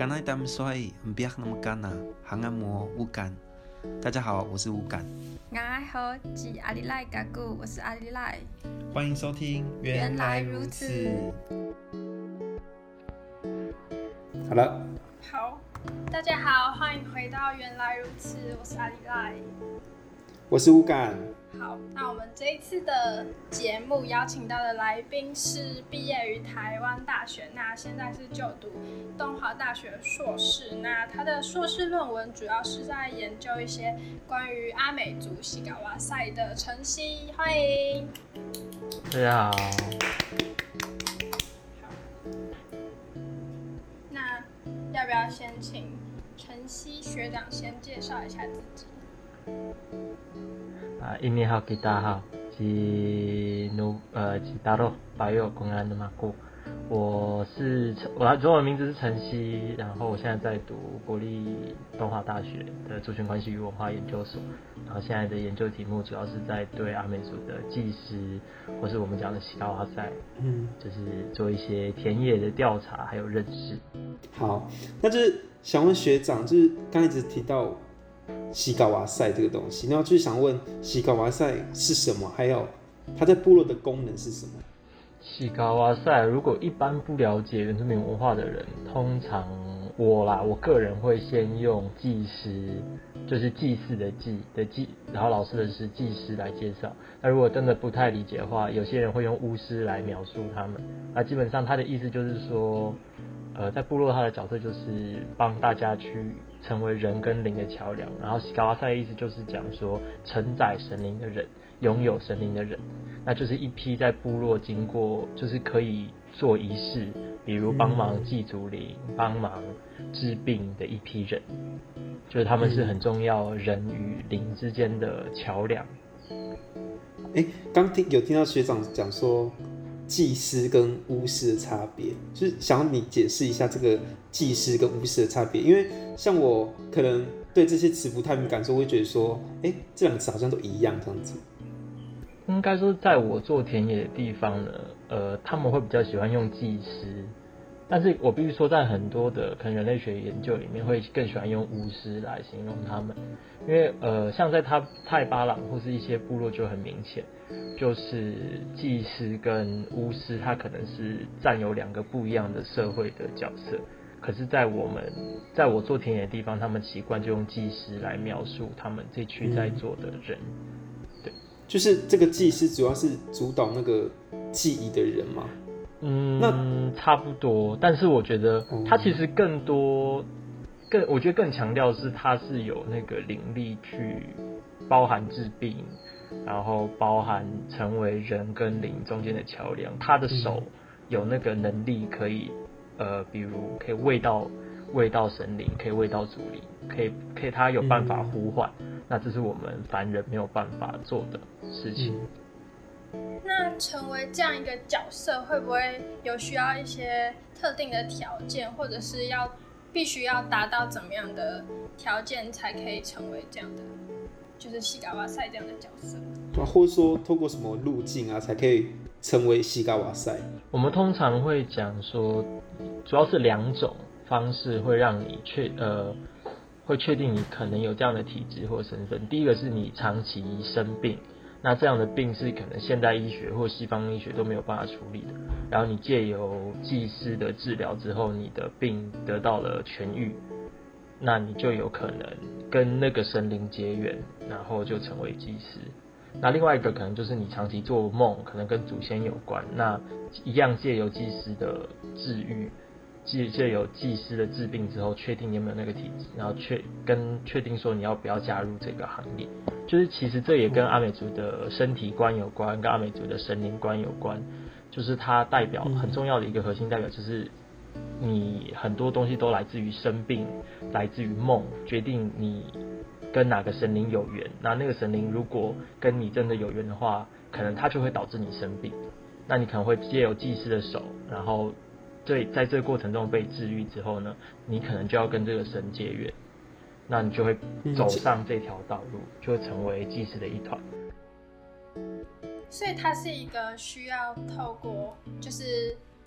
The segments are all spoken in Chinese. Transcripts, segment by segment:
刚才他们说不要那么干呐，行按摩无感。大家好，我是无感。 大家好，是阿里赖嘎古，我是阿里赖。 欢迎收听， 原来如此。 好了。 好，大家好，欢迎回到原来如此，我是阿里赖。 我是无感。 好，那我们这一次的节目邀请到的来宾是毕业于台湾大学，那现在是就读东华大学硕士。那他的硕士论文主要是在研究一些关于阿美族西嘎哇赛的晨曦，欢迎。 大家好。 那要不要先请晨曦学长先介绍一下自己？ 印尼好，大家好，是大陆巴佑公安的马古，我的中文名字是晨曦，然后我现在在读国立东华大学的族群关系与文化研究所，然后现在的研究题目主要是在对阿美族的祭师，或是我们讲的西嘎哇赛，就是做一些田野的调查还有认识。 好，那就是想问学长，就是刚才一直提到西嘎哇赛这个东西，然后就是想问西嘎哇赛是什么，还有它在部落的功能是什么？ 西嘎哇赛，如果一般不了解原住民文化的人，通常我个人会先用祭师，就是祭祀的祭，然后老师的是祭师来介绍。那如果真的不太理解的话，有些人会用巫师来描述他们。那基本上他的意思就是说，在部落他的角色就是帮大家去成为人跟灵的桥梁。然后西嘎哇赛的意思就是讲说承载神灵的人，拥有神灵的人。那就是一批在部落经过，就是可以做仪式，比如帮忙祭祖灵、帮忙治病的一批人，就是他们是很重要人与灵之间的桥梁。 刚有听到学长讲说祭司跟巫师的差别，就是想要你解释一下这个祭司跟巫师的差别，因为像我可能对这些词不太敏感，所以我会觉得说，这两个词好像都一样这样子。 应该说，在我做田野的地方呢，他们会比较喜欢用祭师，但是我必须说，在很多的可能人类学研究里面，会更喜欢用巫师来形容他们，因为像在泰巴朗或是一些部落就很明显，就是祭师跟巫师，他可能是占有两个不一样的社会的角色。可是在我做田野的地方，他们习惯就用祭师来描述他们这区在做的人。对， 就是这个祭司主要是主导那个祭仪的人吗？ 那差不多，但是我觉得他其实我觉得更强调的是他是有那个灵力去包含治病，然后包含成为人跟灵中间的桥梁。他的手有那个能力可以比如可以喂到神灵，可以喂到祖灵，可以他有办法呼唤。那这是我们凡人没有办法做的事情。 那成为这样一个角色，会不会有需要一些特定的条件，或者是必须要达到怎么样的条件才可以成为这样的，就是西嘎哇赛这样的角色？ 或者说透过什么路径啊，才可以成为西嘎哇赛？ 我们通常会讲说，主要是两种方式会让你会确定你可能有这样的体质或身份。第一个是你长期生病，那这样的病是可能现代医学或西方医学都没有办法处理的，然后你借由祭司的治疗之后，你的病得到了痊愈，那你就有可能跟那个神灵结缘，然后就成为祭司。那另外一个可能就是你长期做梦，可能跟祖先有关，那一样借由祭司的治愈，借由祭司的治病之后，确定你有没有那个体质，然后确定说你要不要加入这个行列。就是其实这也跟阿美族的身体观有关，跟阿美族的神灵观有关。就是它代表很重要的一个核心代表，就是你很多东西都来自于生病，来自于梦，决定你跟哪个神灵有缘。那个神灵如果跟你真的有缘的话，可能它就会导致你生病。那你可能会借由祭司的手，然后在这个过程中被治愈之后呢，你可能就要跟这个神结缘，那你就会走上这条道路，就会成为祭司的一团。 所以它是一个需要透过就是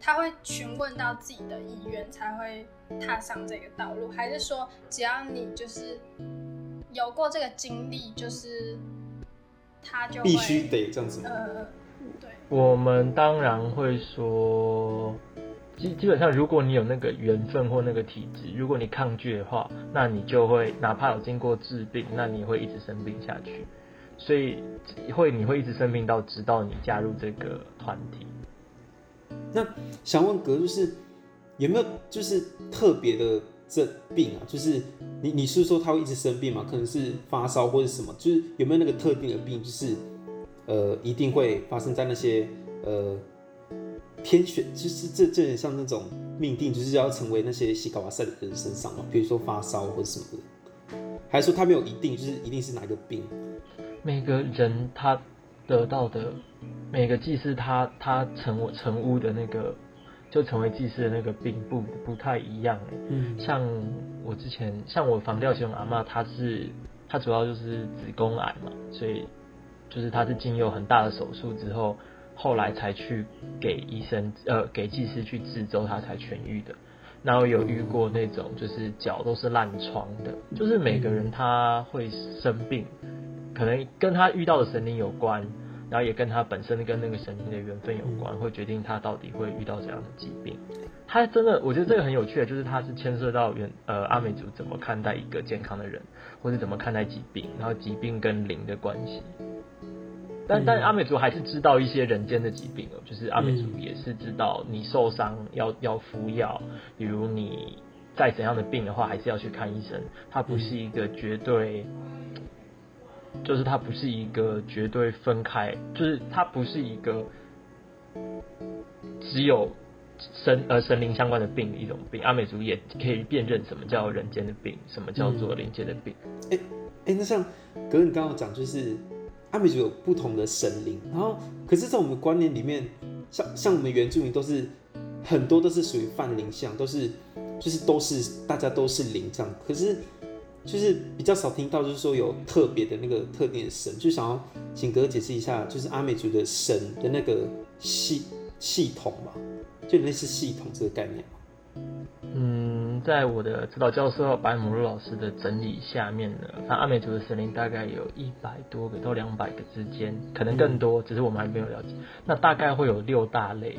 他会询问到自己的意愿才会踏上这个道路，还是说只要你就是有过这个经历，就是他就会必须得这样子吗？ 对， 我们当然会说，基本上如果你有那个缘分或那个体质，如果你抗拒的话，那你就会哪怕有经过治病，那你会一直生病下去，所以你会一直生病到直到你加入这个团体。 那想问哥，就是有没有就是特别的这病啊？就是你是说他会一直生病吗？可能是发烧或者什么？就是有没有那个特定的病，就是一定会发生在那些天选，就是这有点像那种命定，就是要成为那些西卡瓦塞的人身上嘛？比如说发烧或者什么的，还是说他没有一定，就是一定是哪一个病？ 每个人他得到的每个祭司他成巫的那个，就成为祭司的那个病不太一样像我防调形容阿嬷，她主要就是子宫癌嘛，所以就是她是经由很大的手术之后，后来才去给祭司去治之后，她才痊愈的。然后有遇过那种就是脚都是烂疮的，就是每个人他会生病，可能跟他遇到的神灵有关，然后也跟他本身跟那个神灵的缘分有关，会决定他到底会遇到怎样的疾病。他真的，我觉得这个很有趣的，就是他是牵涉到阿美族怎么看待一个健康的人，或是怎么看待疾病，然后疾病跟灵的关系。但阿美族还是知道一些人间的疾病哦，就是阿美族也是知道你受伤要服药，比如你再怎样的病的话，还是要去看医生。它不是一个绝对，就是它不是一个绝对分开，就是它不是一个只有神灵相关的病的一种病。阿美族也可以辨认什么叫人间的病，什么叫做灵界的病。 那像哥你刚刚讲就是。阿美族有不同的神灵，然后可是，在我们观念里面，像我们原住民都是很多都是属于泛灵像，都是大家都是灵这样。可是就是比较少听到，就是说有特别的那个特定的神，就想要请哥解释一下，就是阿美族的神的那个系统吧，就类似系统这个概念嘛。 在我的指导教授白姆鲁老师的整理下面呢，阿美族的神灵大概有100多个到200个之间，可能更多，只是我们还没有了解。那大概会有6大类。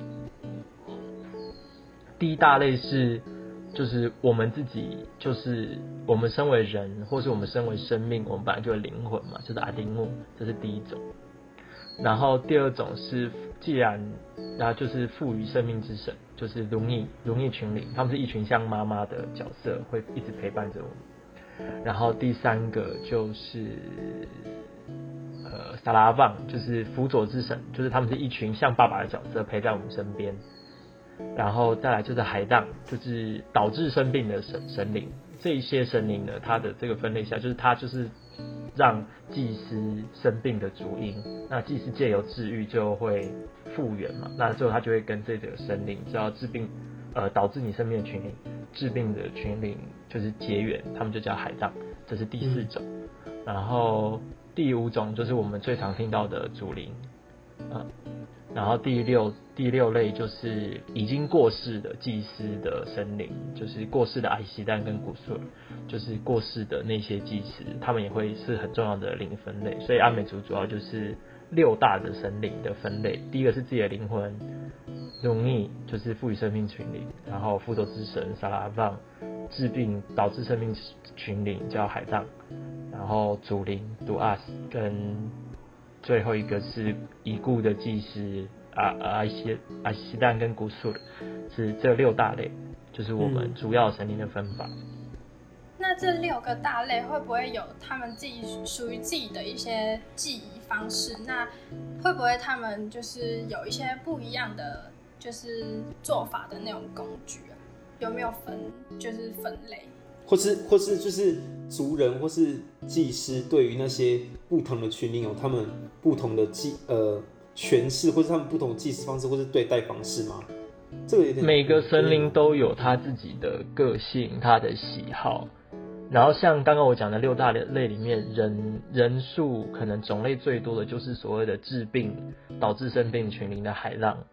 第一大类是，就是我们自己，就是我们身为人，或是我们身为生命，我们本来就有灵魂嘛，就是阿丁木，这是第一种。然后第二种是，然后就是赋予生命之神，就是容易群灵，他们是一群像妈妈的角色，会一直陪伴着我们。然后第三个就是萨拉旺，就是辅佐之神，就是他们是一群像爸爸的角色陪在我们身边。然后再来就是海荡，就是导致生病的神灵。这一些神灵呢，它的这个分类下，就是它就是让祭司生病的主因，那祭司借由治愈就会复原嘛，那最后他就会跟这个神灵，只要治病，导致你生病的群灵，治病的群灵就是结缘，他们就叫海荡，这是第4种。然后第5种就是我们最常听到的主灵，然后第六类就是已经过世的祭司的神灵，就是过世的艾希丹跟古苏尔，就是过世的那些祭司，他们也会是很重要的灵分类。所以阿美族主要就是6大的神灵的分类。第一个是自己的灵魂，容易就是赋予生命群灵，然后辅佐之神萨拉旺，治病导致生命群灵叫海荡，然后主灵杜阿斯，跟最后一个是已故的祭司阿西丹跟古苏，是这6大类，就是我们主要神灵的分法。 那这6个大类会不会有他们自己属于自己的一些记忆方式？那会不会他们就是有一些不一样的就是做法的那种工具啊？有没有分类？ 或是就是族人或是祭司对于那些不同的群灵有他们不同的诠释，或是他们不同的祭祀方式，或是对待方式吗？这个有点。 每个神灵都有他自己的个性，他的喜好。然后像刚刚我讲的6大类里面，人数可能种类最多的就是所谓的治病导致生病群灵的海浪。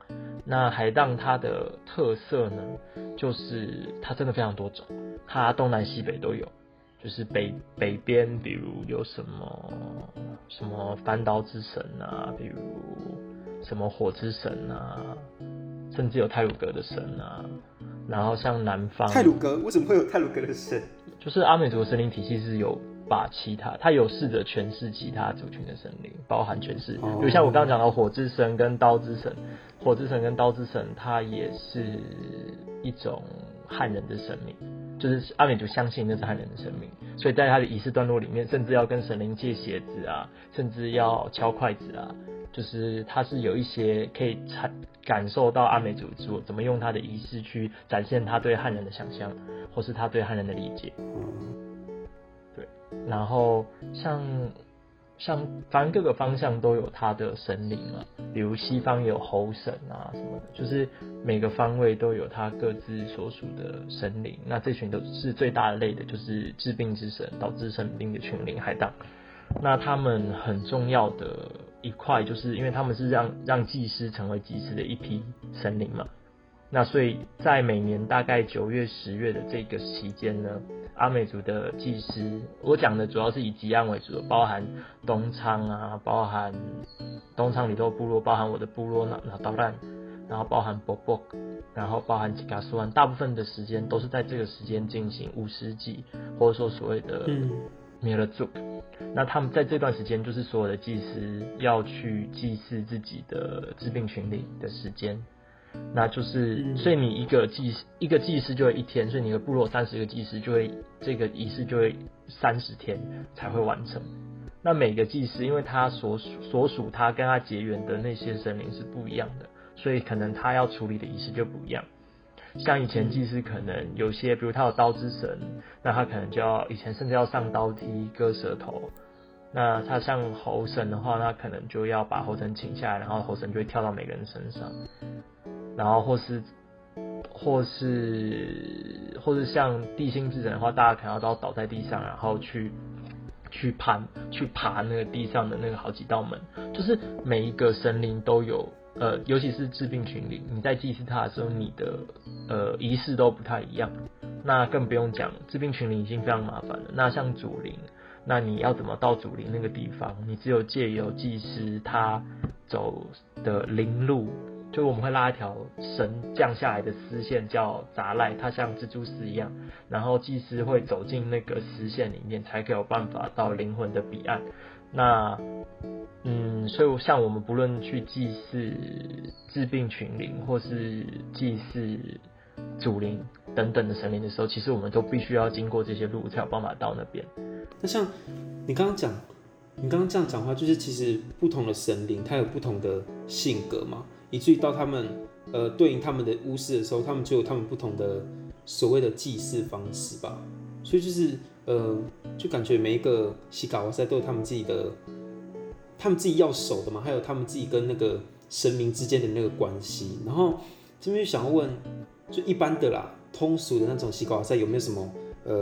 那海荡它的特色呢，就是它真的非常多种，它东南西北都有。就是北边，比如有什么翻刀之神啊，比如什么火之神啊，甚至有太鲁阁的神啊。然后像南方， 太鲁阁为什么会有太鲁阁的神？ 就是阿美族的神灵体系是有把它有试着诠释其他族群的神灵，包含诠释，比如像我刚刚讲到火之神跟刀之神，火之神跟刀之神，它也是一种汉人的神明。就是阿美族相信那是汉人的神明，所以在他的仪式段落里面，甚至要跟神灵借鞋子啊，甚至要敲筷子啊，就是他是有一些可以感受到阿美族怎么用他的仪式去展现他对汉人的想象，或是他对汉人的理解。对，然后像反正各个方向都有他的神灵嘛，比如西方有猴神啊什么的，就是每个方位都有他各自所属的神灵。那这群都是最大的类的，就是治病之神，导致生病的群灵海荡。那他们很重要的一块，就是因为他们是让祭司成为祭司的一批神灵嘛。那所以在每年大概9月、10月的这个期间呢，阿美族的祭司，我讲的主要是以吉安为主的，包含东昌啊，包含东昌里头部落，包含我的部落那刀兰，然后包含波波，然后包含吉嘎苏安，大部分的时间都是在这个时间进行巫师祭，或者说所谓的米勒族。那他们在这段时间，就是所有的祭司要去祭祀自己的治病群灵的时间。那就是所以你一个祭司就会1天，所以你的部落30个祭司就会这个仪式就会30天才会完成。那每个祭司因为他所属他跟他结缘的那些神灵是不一样的，所以可能他要处理的仪式就不一样。像以前祭司可能有些，比如他有刀之神，那他可能就要以前甚至要上刀梯割舌头。那他像猴神的话，那可能就要把猴神请下来，然后猴神就会跳到每个人身上，然后或是像地心之神的话，大家可能要倒在地上，然后去爬那个地上的那个好几道门，就是每一个神灵都有尤其是治病群灵，你在祭祀他的时候，你的仪式都不太一样。那更不用讲治病群灵已经非常麻烦了，那像祖灵，那你要怎么到祖灵那个地方？你只有借由祭司他走的灵路，就我们会拉一条神降下来的丝线叫杂赖，它像蜘蛛丝一样，然后祭司会走进那个丝线里面，才可以有办法到灵魂的彼岸。那所以像我们不论去祭祀治病群灵，或是祭祀祖灵等等的神灵的时候，其实我们都必须要经过这些路，才有办法到那边。 那像你刚刚这样讲话，就是其实不同的神灵，它有不同的性格嘛，以至于到他们对应他们的巫师的时候，他们就有他们不同的所谓的祭祀方式吧。所以就是就感觉每一个西嘎瓦塞都有他们自己要守的嘛，还有他们自己跟那个神明之间的那个关系。然后这边就想要问，就一般的啦，通俗的那种西嘎瓦塞有没有什么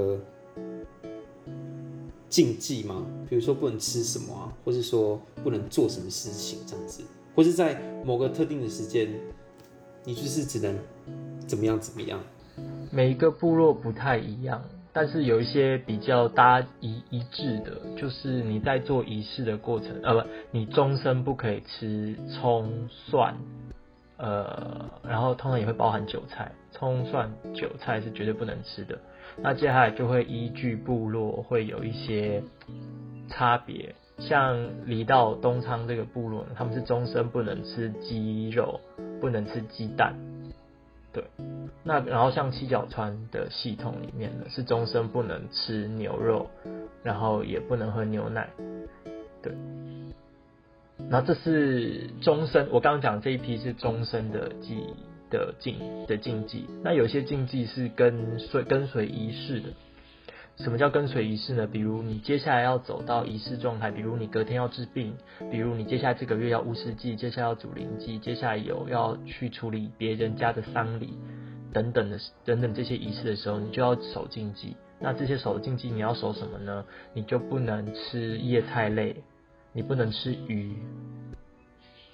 禁忌吗？比如说不能吃什么啊，或是说不能做什么事情这样子，或是在某个特定的时间，你就是只能怎么样怎么样。 每一个部落不太一样，但是有一些比较大家一致的，就是你在做仪式的过程，你终身不可以吃葱蒜，然后通常也会包含韭菜，葱蒜韭菜是绝对不能吃的。那接下来就会依据部落会有一些差别，像离到东昌这个部落呢，他们是终身不能吃鸡肉，不能吃鸡蛋，对。那然后像七角川的系统里面呢，是终身不能吃牛肉，然后也不能喝牛奶，对。然后这是终身，我刚刚讲这一批是终身的禁忌。那有些禁忌是跟随仪式的。什么叫跟随仪式呢？比如你接下来要走到仪式状态，比如你隔天要治病，比如你接下来这个月要巫师祭，接下来要祖灵祭，接下来要去处理别人家的丧礼等等这些仪式的时候，你就要守禁忌。那这些守的禁忌你要守什么呢？你就不能吃叶菜类，你不能吃鱼，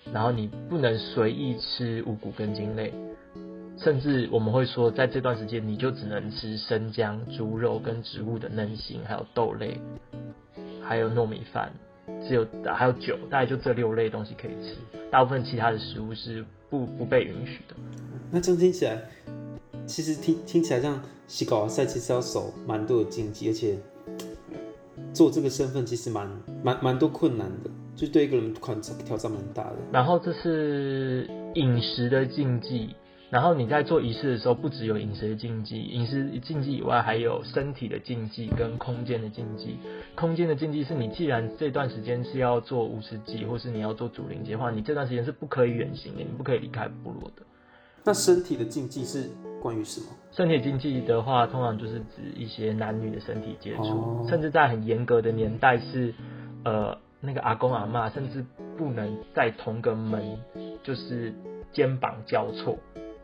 然后你不能随意吃五谷根茎类，甚至我们会说，在这段时间你就只能吃生姜、猪肉跟植物的嫩腥，还有豆类，还有糯米饭，还有酒，大概就这6类东西可以吃，大部分其他的食物是不被允许的。 那这样听起来，其实听起来像西高瓦赛其实要守蛮多的禁忌，而且做这个身份其实蛮多困难的，就对一个人挑战蛮大的。 然后这是饮食的禁忌。然后你在做仪式的时候，不只有饮食的禁忌，饮食禁忌以外，还有身体的禁忌跟空间的禁忌。空间的禁忌是你既然这段时间是要做无食祭，或是你要做祖灵节的话，你这段时间是不可以远行的，你不可以离开部落的。 那身体的禁忌是关于什么？ 身体禁忌的话，通常就是指一些男女的身体接触，甚至在很严格的年代是，那个阿公阿嬷甚至不能在同个门，就是肩膀交错。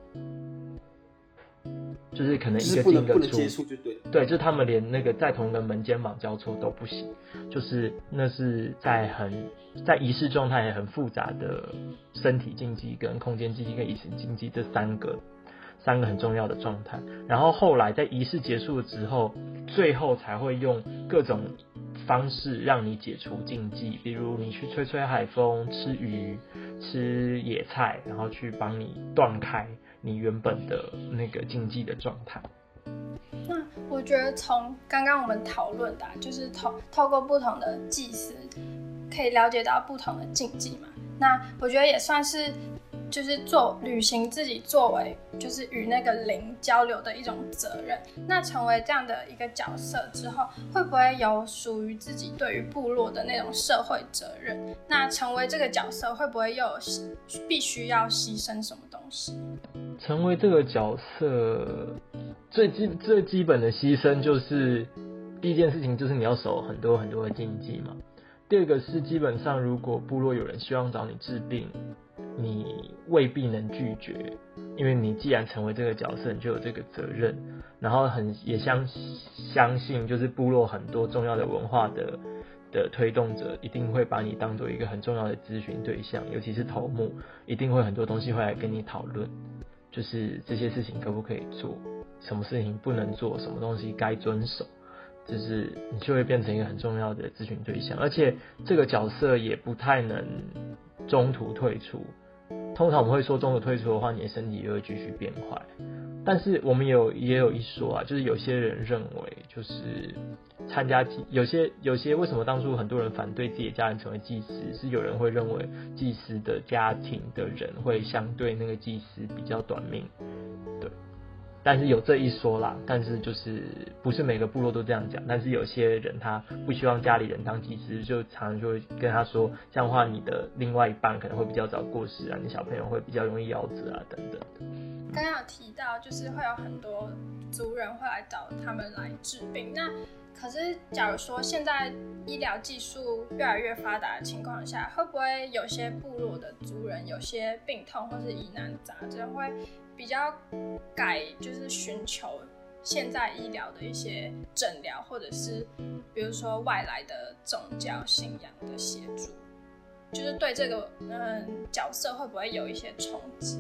就是可能一个进一个出， 不能接触就对了。 对，就是他们连那个在同个门肩膀交错都不行，就是那是在仪式状态很复杂的身体禁忌、跟空间禁忌、跟饮食禁忌这三个很重要的状态。然后后来在仪式结束了之后，最后才会用各种方式让你解除禁忌，比如你去吹吹海风、吃鱼、吃野菜，然后去帮你断开你原本的那个禁忌的状态。 那我觉得从刚刚我们讨论的，就是透过不同的祭司，可以了解到不同的禁忌嘛。那我觉得也算是就是履行自己作为就是与那个灵交流的一种责任。那成为这样的一个角色之后，会不会有属于自己对于部落的那种社会责任？那成为这个角色，会不会又有必须要牺牲什么东西？ 成为这个角色，最基本的牺牲就是第一件事情就是你要守很多很多的禁忌嘛。第二个是基本上如果部落有人希望找你治病，你未必能拒绝，因为你既然成为这个角色，你就有这个责任。然后也相信就是部落很多重要的文化的推动者一定会把你当做一个很重要的咨询对象，尤其是头目，一定会很多东西会来跟你讨论，就是这些事情可不可以做，什么事情不能做，什么东西该遵守，就是你就会变成一个很重要的咨询对象。而且这个角色也不太能中途退出，通常我们会说中途退出的话，你的身体又会继续变坏。但是我们也有一说啊，就是有些人认为就是参加有些为什么当初很多人反对自己的家人成为祭司，是有人会认为祭司的家庭的人会相对那个祭司比较短命，对。但是有这一说啦，但是就是不是每个部落都这样讲，但是有些人他不希望家里人当祭司，就常常就会跟他说，这样的话你的另外一半可能会比较早过世啊，你小朋友会比较容易夭折啊等等的。 刚刚有提到就是会有很多族人会来找他们来治病，那可是假如说现在医疗技术越来越发达的情况下，会不会有些部落的族人有些病痛或是疑难杂症会比较就是寻求现在医疗的一些诊疗，或者是比如说外来的宗教信仰的协助，就是对这个角色会不会有一些冲击？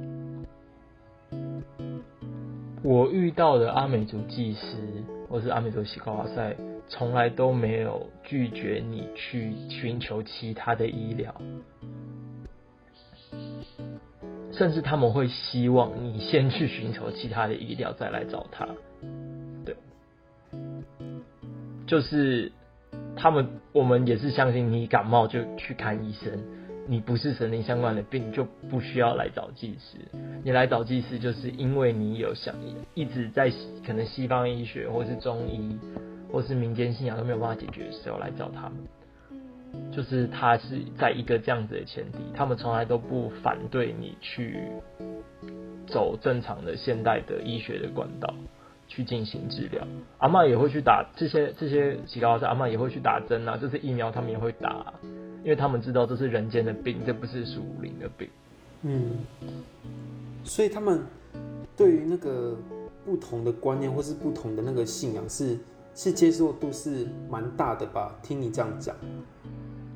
我遇到的阿美族祭司或是阿美族西高瓦塞，从来都没有拒绝你去寻求其他的医疗，甚至他们会希望你先去寻求其他的医疗再来找他。对，就是我们也是相信你感冒就去看医生，你不是神灵相关的病就不需要来找祭司。你来找祭司就是因为你有一直在可能西方医学或是中医或是民间信仰都没有办法解决的时候来找他们。就是他是在一个这样子的前提，他们从来都不反对你去走正常的现代的医学的管道去进行治疗。阿嬷也会去打这些西高瓦塞，阿嬷也会去打针啊，这是疫苗他们也会打啊，因为他们知道这是人间的病，这不是属灵的病。 所以他们对于那个不同的观念或是不同的那个信仰是接受度是蛮大的吧？听你这样讲，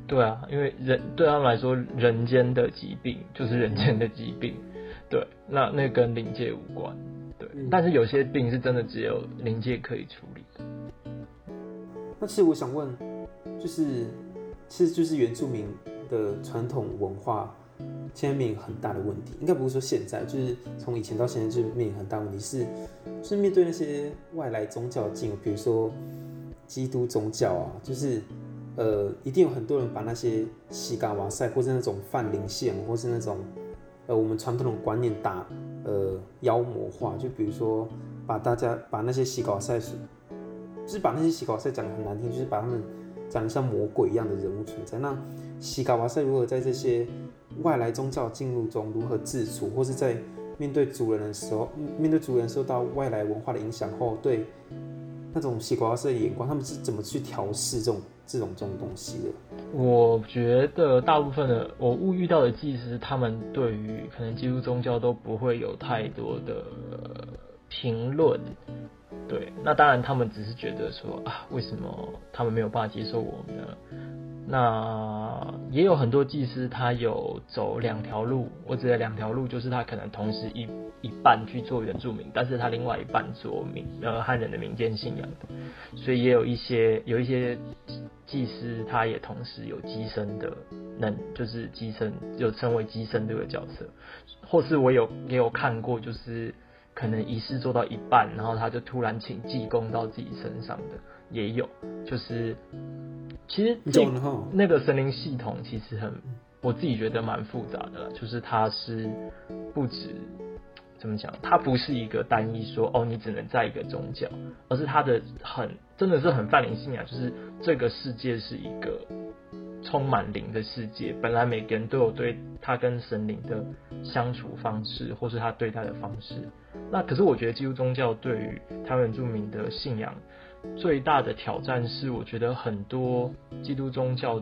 对啊，因为对他们来说，人间的疾病就是人间的疾病，对，那跟灵界无关，对，但是有些病是真的只有灵界可以处理的。 那其实我想问，其实就是原住民的传统文化现在面临很大的问题，应该不是说现在，就是从以前到现在就面临很大问题就是面对那些外来宗教的进入，比如说基督宗教啊，就是一定有很多人把那些西嘎瓦塞或是那种泛灵线，或是那种我们传统的观念妖魔化，就比如说把那些西嘎瓦塞，就是把那些西嘎瓦塞讲得很难听，就是把他们讲得像魔鬼一样的人物存在。那西嘎瓦塞如何在这些外来宗教进入中如何自处，或是在面对族人的时候受到外来文化的影响后，对那种西嘎瓦塞的眼光，他们是怎么去调试这种东西的？ 我觉得大部分的我遇到的祭司，他们对于可能基督宗教都不会有太多的评论。对，那当然他们只是觉得说啊，为什么他们没有办法接受我们呢？那也有很多祭司他有走两条路，我指的两条路就是他可能同时一半去做原住民，但是他另外一半做汉人的民间信仰的，所以也有一些祭司他也同时有乩身的就是乩身有称为乩身这个角色，或是也有看过就是可能仪式做到一半，然后他就突然请济公到自己身上的也有，就是其实那个神灵系统其实我自己觉得蛮复杂的啦，就是它是不止怎么讲，它不是一个单一说你只能在一个宗教，而是它的真的是很泛灵信仰，就是这个世界是一个充满灵的世界，本来每个人都有对他跟神灵的相处方式，或是他对待的方式。那可是我觉得基督宗教对于台湾原住民的信仰最大的挑战是，我觉得很多基督宗教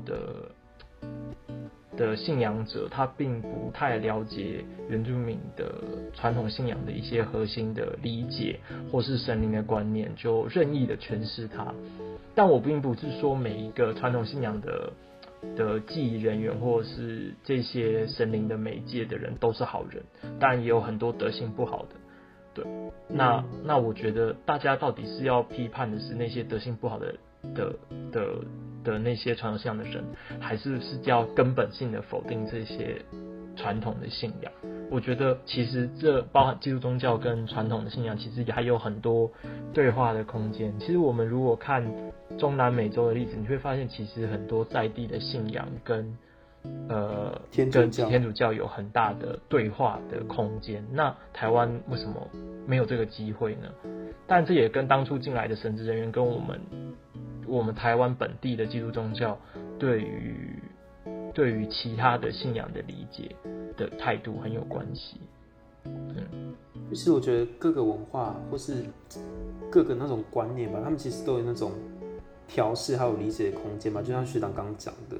的信仰者，他并不太了解原住民的传统信仰的一些核心的理解，或是神灵的观念，就任意的诠释它。但我并不是说每一个传统信仰的记忆人员或者是这些神灵的媒介的人都是好人，当然也有很多德性不好的。对，那我觉得大家到底是要批判的是那些德性不好的那些传统信仰的人，还是要根本性的否定这些传统的信仰？我觉得其实这包含基督宗教跟传统的信仰，其实还有很多对话的空间。其实我们如果看中南美洲的例子，你会发现其实很多在地的信仰跟天主教有很大的对话的空间。那台湾为什么没有这个机会呢？但这也跟当初进来的神职人员跟我们台湾本地的基督宗教对于其他的信仰的理解的态度很有关系。 就是我觉得各个文化或是各个那种观念吧，他们其实都有那种调试还有理解的空间吧，就像学长刚刚讲的。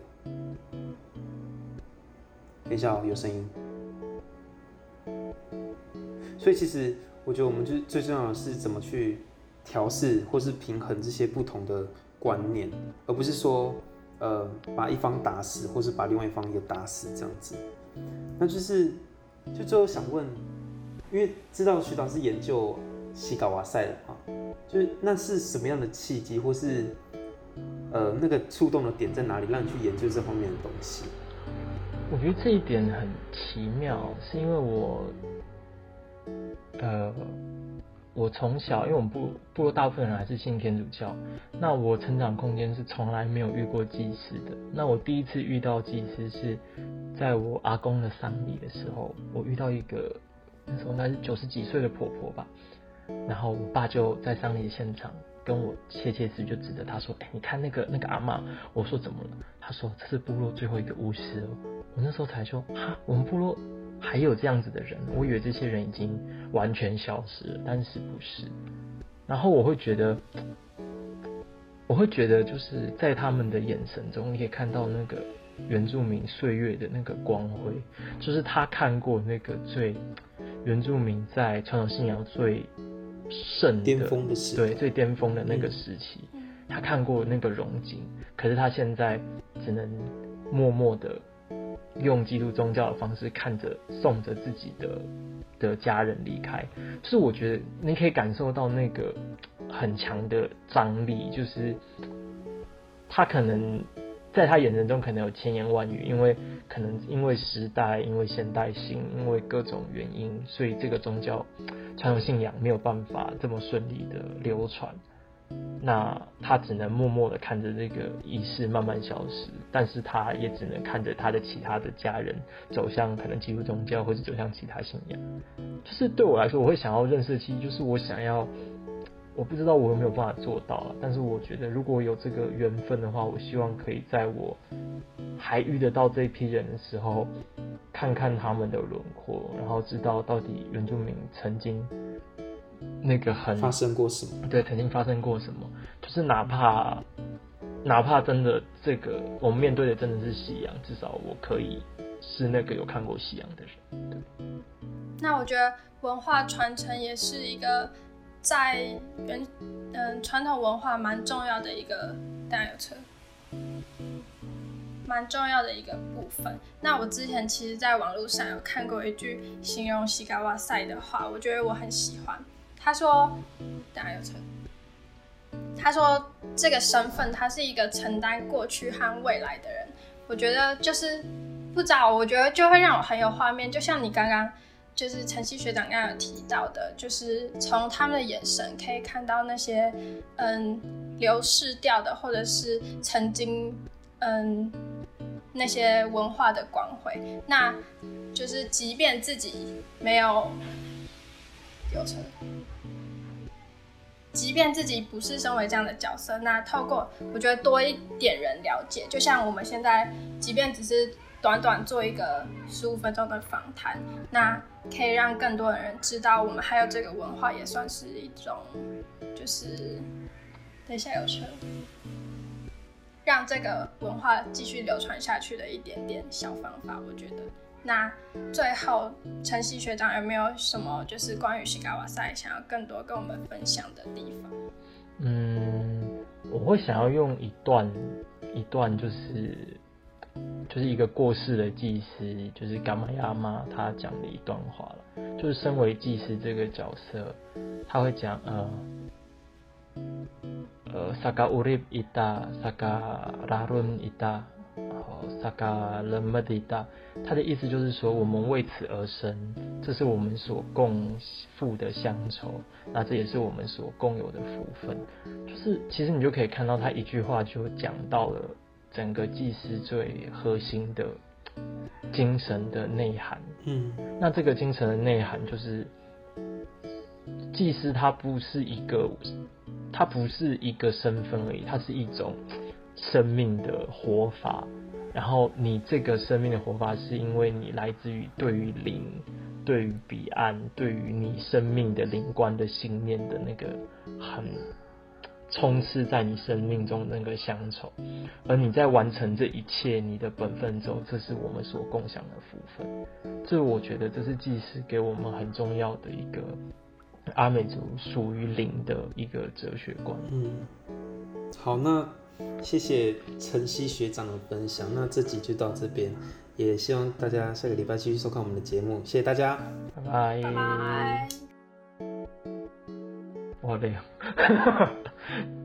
等一下有声音。所以其实我觉得我们最重要的是怎么去调试或是平衡这些不同的观念，而不是说把一方打死，或是把另外一方也打死这样子。那就最后想问，因为知道学长是研究西嘎瓦塞的嘛，就是那是什么样的契机，或是那个触动的点在哪里，让你去研究这方面的东西？ 我觉得这一点很奇妙，是因为我从小，因为我们部落大部分人还是信天主教，那我成长空间是从来没有遇过祭司的。那我第一次遇到祭司是在我阿公的丧礼的时候，我遇到一个那时候应该是90几岁的婆婆吧，然后我爸就在丧礼现场跟我窃窃私语，就指着他说：“你看那个阿嬷。”我说：“怎么了？”他说：“这是部落最后一个巫师哦。”我那时候才说：“哈，我们部落还有这样子的人？我以为这些人已经完全消失了，但是不是。”然后我会觉得就是在他们的眼神中，你可以看到那个原住民岁月的那个光辉，就是他看过那个原住民在传统信仰最盛的巅峰的时代， 对，最巅峰的那个时期，他看过那个荣景，可是他现在只能默默的用基督宗教的方式送着自己的家人离开，就是我觉得你可以感受到那个很强的张力，就是他可能在他眼神中可能有千言万语，可能因为时代，因为现代性，因为各种原因，所以这个宗教传统信仰没有办法这么顺利的流传。那他只能默默的看着这个仪式慢慢消失，但是他也只能看着他的其他的家人走向可能基督宗教，或者走向其他信仰。就是对我来说，我会想要认识的，其实就是我不知道我有没有办法做到啊，但是我觉得如果有这个缘分的话，我希望可以在我还遇得到这一批人的时候，看看他们的轮廓，然后知道到底原住民曾经那个发生过什么？ 对，曾经发生过什么？就是哪怕真的这个我们面对的真的是西洋，至少我可以是那个有看过西洋的人。对。 那我觉得文化传承也是一个在传统文化蛮重要的一个，当然有车，蛮重要的一个部分。那我之前其实在网络上有看过一句形容西嘎哇塞的话，我觉得我很喜欢。他说，当然有车。他说这个身份，他是一个承担过去和未来的人。我觉得就是不知道，我觉得就会让我很有画面，就像你刚刚。就是晨曦学长刚刚有提到的，就是从他们的眼神可以看到那些流逝掉的，或者是曾经那些文化的光辉。那就是即便自己没有车，即便自己不是身为这样的角色，那透过我觉得多一点人了解，就像我们现在，即便只是短短做一个15分钟的访谈，那可以让更多的人知道我们还有这个文化，也算是一种，就是等一下有车，让这个文化继续流传下去的一点点小方法，我觉得。那最后，晨曦学长有没有什么就是关于西嘎哇塞想要更多跟我们分享的地方？ 我会想要用一段就是一个过世的祭司，就是伽玛亚妈他讲的一段话了，就是身为祭司这个角色，他会讲Saka urip ita, Saka rarun ita, Saka lemad ita， 他的意思就是说我们为此而生，这是我们所共负的乡愁，那这也是我们所共有的福分。就是其实你就可以看到他一句话就讲到了整个祭司最核心的精神的内涵。那这个精神的内涵就是祭司他不是一个身份而已，它是一种生命的活法。然后你这个生命的活法是因为你来自于对于灵、对于彼岸、对于你生命的灵观的信念的那个很充斥在你生命中的那个乡愁，而你在完成这一切你的本分之后，这是我们所共享的福分。这我觉得这是祭司给我们很重要的一个阿美族属于灵的一个哲学观。 好，那谢谢晨曦学长的分享。那这集就到这边，也希望大家下个礼拜继续收看我们的节目，谢谢大家， 拜拜。 拜拜。 我好累哦。